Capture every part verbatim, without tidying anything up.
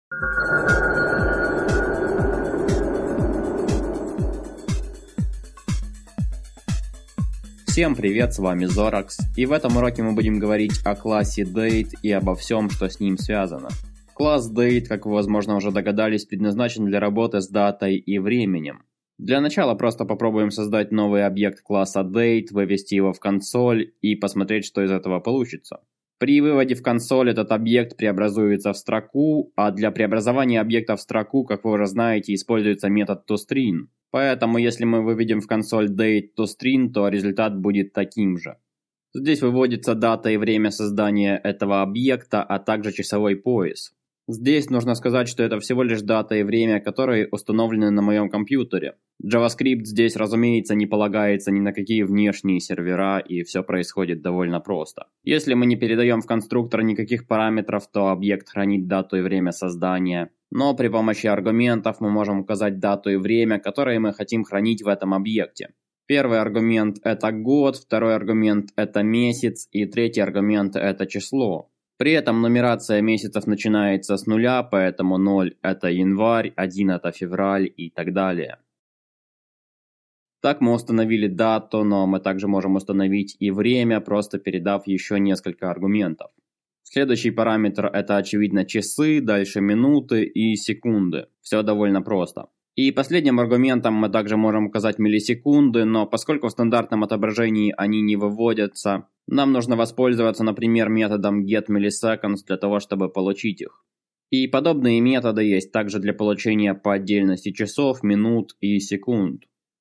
Всем привет, с вами Zorax, и в этом уроке мы будем говорить о классе Date и обо всем, что с ним связано. Класс Date, как вы возможно уже догадались, предназначен для работы с датой и временем. Для начала просто попробуем создать новый объект класса Date, вывести его в консоль и посмотреть, что из этого получится. При выводе в консоль этот объект преобразуется в строку, а для преобразования объекта в строку, как вы уже знаете, используется метод toString. Поэтому, если мы выведем в консоль date toString, то результат будет таким же. Здесь выводится дата и время создания этого объекта, а также часовой пояс. Здесь нужно сказать, что это всего лишь дата и время, которые установлены на моем компьютере. JavaScript здесь, разумеется, не полагается ни на какие внешние сервера, и все происходит довольно просто. Если мы не передаем в конструктор никаких параметров, то объект хранит дату и время создания. Но при помощи аргументов мы можем указать дату и время, которые мы хотим хранить в этом объекте. Первый аргумент – это год, второй аргумент – это месяц, и третий аргумент – это число. При этом нумерация месяцев начинается с нуля, поэтому ноль – это январь, один – это февраль и так далее. Так мы установили дату, но мы также можем установить и время, просто передав еще несколько аргументов. Следующий параметр – это, очевидно, часы, дальше минуты и секунды. Все довольно просто. И последним аргументом мы также можем указать миллисекунды, но поскольку в стандартном отображении они не выводятся, нам нужно воспользоваться, например, методом getMilliseconds для того, чтобы получить их. И подобные методы есть также для получения по отдельности часов, минут и секунд.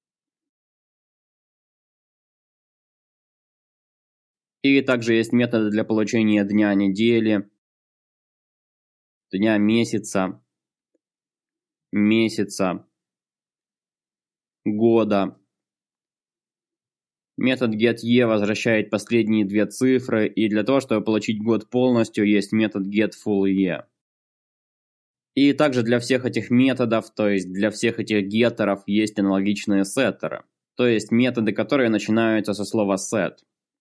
И также есть методы для получения дня недели, дня месяца, месяца, года. Метод getYear возвращает последние две цифры, и для того, чтобы получить год полностью, есть метод getFullYear. И также для всех этих методов, то есть для всех этих геттеров, есть аналогичные сеттеры, то есть методы, которые начинаются со слова set.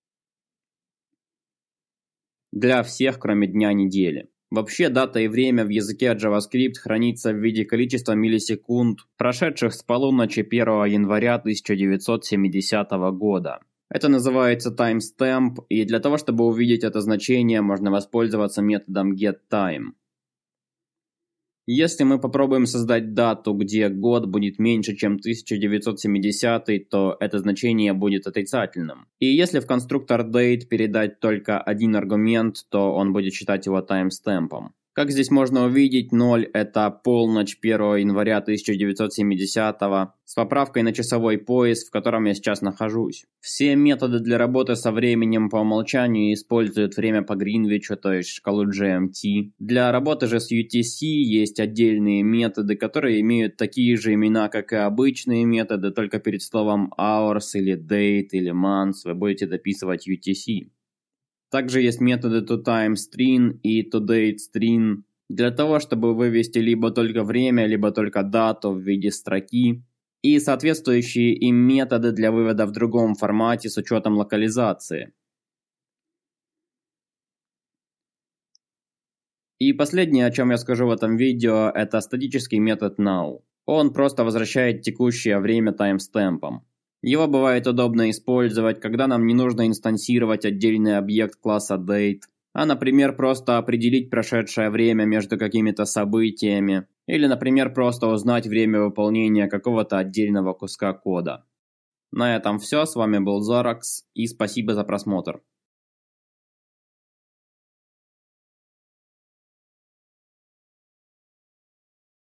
Для всех, кроме дня недели. Вообще, дата и время в языке JavaScript хранится в виде количества миллисекунд, прошедших с полуночи первого января тысяча девятьсот семидесятого года. Это называется timestamp, и для того, чтобы увидеть это значение, можно воспользоваться методом getTime. Если мы попробуем создать дату, где год будет меньше, чем тысяча девятьсот семидесятый, то это значение будет отрицательным. И если в конструктор date передать только один аргумент, то он будет считать его таймстемпом. Как здесь можно увидеть, ноль – это полночь первого января тысяча девятьсот семидесятого с поправкой на часовой пояс, в котором я сейчас нахожусь. Все методы для работы со временем по умолчанию используют время по Гринвичу, то есть шкалу джи эм ти. Для работы же с ю ти си есть отдельные методы, которые имеют такие же имена, как и обычные методы, только перед словом hours или date или months вы будете дописывать ю ти си. Также есть методы toTimeString и toDateString для того, чтобы вывести либо только время, либо только дату в виде строки, и соответствующие им методы для вывода в другом формате с учетом локализации. И последнее, о чем я скажу в этом видео, это статический метод now. Он просто возвращает текущее время таймстемпом. Его бывает удобно использовать, когда нам не нужно инстансировать отдельный объект класса date, а, например, просто определить прошедшее время между какими-то событиями, или, например, просто узнать время выполнения какого-то отдельного куска кода. На этом все, с вами был Zorax, и спасибо за просмотр.